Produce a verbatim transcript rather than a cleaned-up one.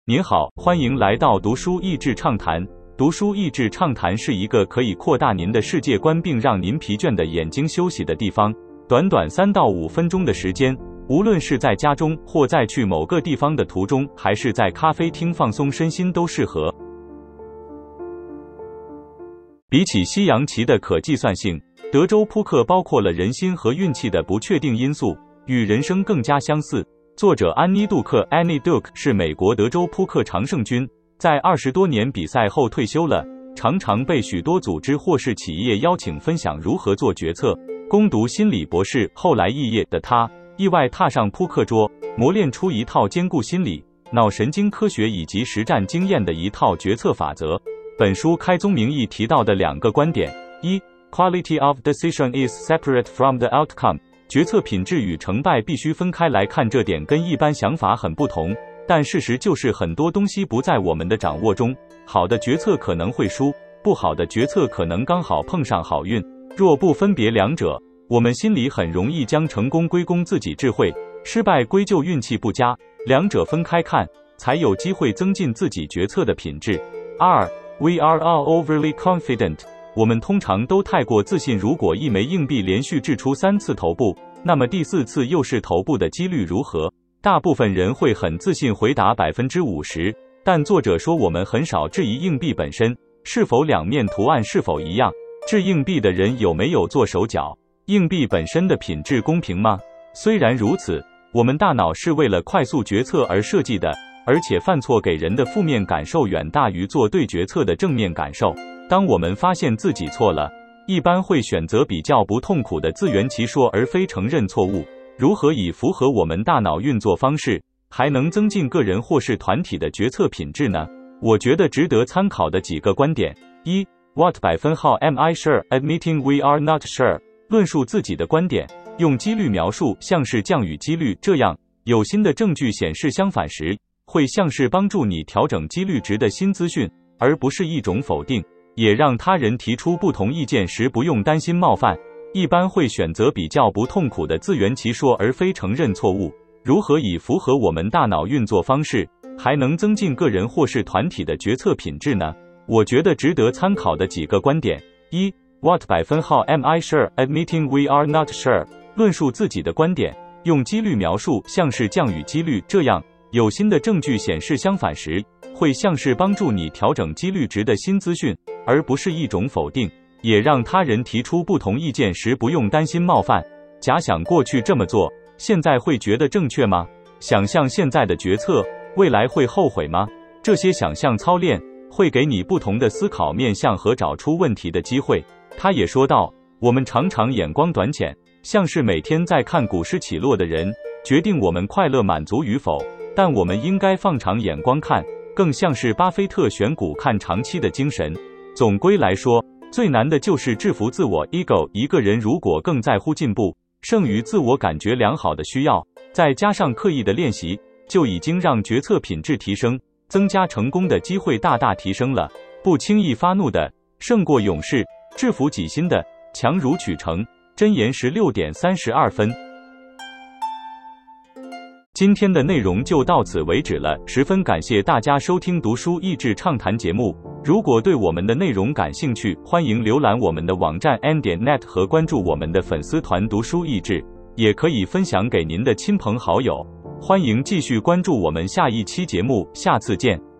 您好，欢迎来到读书益智畅谈。读书益智畅谈是一个可以扩大您的世界观并让您疲倦的眼睛休息的地方。短短三到五分钟的时间，无论是在家中或在去某个地方的途中，还是在咖啡厅放松身心都适合。比起西洋棋的可计算性，德州扑克包括了人心和运气的不确定因素，与人生更加相似。作者安妮·杜克 （Annie Duke） 是美国德州扑克常胜军，在二十多年比赛后退休了，常常被许多组织或是企业邀请分享如何做决策。攻读心理博士，后来肄业的他，意外踏上扑克桌，磨练出一套兼顾心理、脑神经科学以及实战经验的一套决策法则。本书开宗明义提到的两个观点：一 ，Quality of decision is separate from the outcome。决策品质与成败必须分开来看，这点跟一般想法很不同，但事实就是很多东西不在我们的掌握中。好的决策可能会输，不好的决策可能刚好碰上好运。若不分别两者，我们心里很容易将成功归功自己智慧，失败归咎运气不佳。两者分开看，才有机会增进自己决策的品质。二 We are all overly confident。我们通常都太过自信，如果一枚硬币连续掷出三次头部，那么第四次又是头部的几率如何？大部分人会很自信回答 百分之五十， 但作者说我们很少质疑硬币本身，是否两面图案是否一样，掷硬币的人有没有做手脚，硬币本身的品质公平吗？虽然如此，我们大脑是为了快速决策而设计的，而且犯错给人的负面感受远大于做对决策的正面感受。当我们发现自己错了，一般会选择比较不痛苦的自圆其说，而非承认错误。如何以符合我们大脑运作方式，还能增进个人或是团体的决策品质呢？我觉得值得参考的几个观点：一 ，What 百分号 am I sure admitting we are not sure？ 论述自己的观点，用几率描述，像是降与几率，这样有新的证据显示相反时，会像是帮助你调整几率值的新资讯，而不是一种否定。也让他人提出不同意见时不用担心冒犯，一般会选择比较不痛苦的自圆其说，而非承认错误。如何以符合我们大脑运作方式，还能增进个人或是团体的决策品质呢？我觉得值得参考的几个观点：一 ，What 百分号 am I sure admitting we are not sure？ 论述自己的观点，用几率描述，像是降与几率，这样有新的证据显示相反时，会像是帮助你调整几率值的新资讯，而不是一种否定。也让他人提出不同意见时不用担心冒犯。假想过去这么做，现在会觉得正确吗？想象现在的决策，未来会后悔吗？这些想象操练会给你不同的思考面向和找出问题的机会。他也说到，我们常常眼光短浅，像是每天在看股市起落的人，决定我们快乐满足与否。但我们应该放长眼光看，更像是巴菲特选股看长期的精神。总归来说，最难的就是制服自我 ego。 一个人如果更在乎进步，胜于自我感觉良好的需要，再加上刻意的练习，就已经让决策品质提升，增加成功的机会大大提升了。不轻易发怒的胜过勇士，制服己心的强如取成。箴言十六点三十二分。今天的内容就到此为止了，十分感谢大家收听读书益智畅谈节目。如果对我们的内容感兴趣，欢迎浏览我们的网站 an 点 net 和关注我们的粉丝团读书益智，也可以分享给您的亲朋好友。欢迎继续关注我们下一期节目，下次见。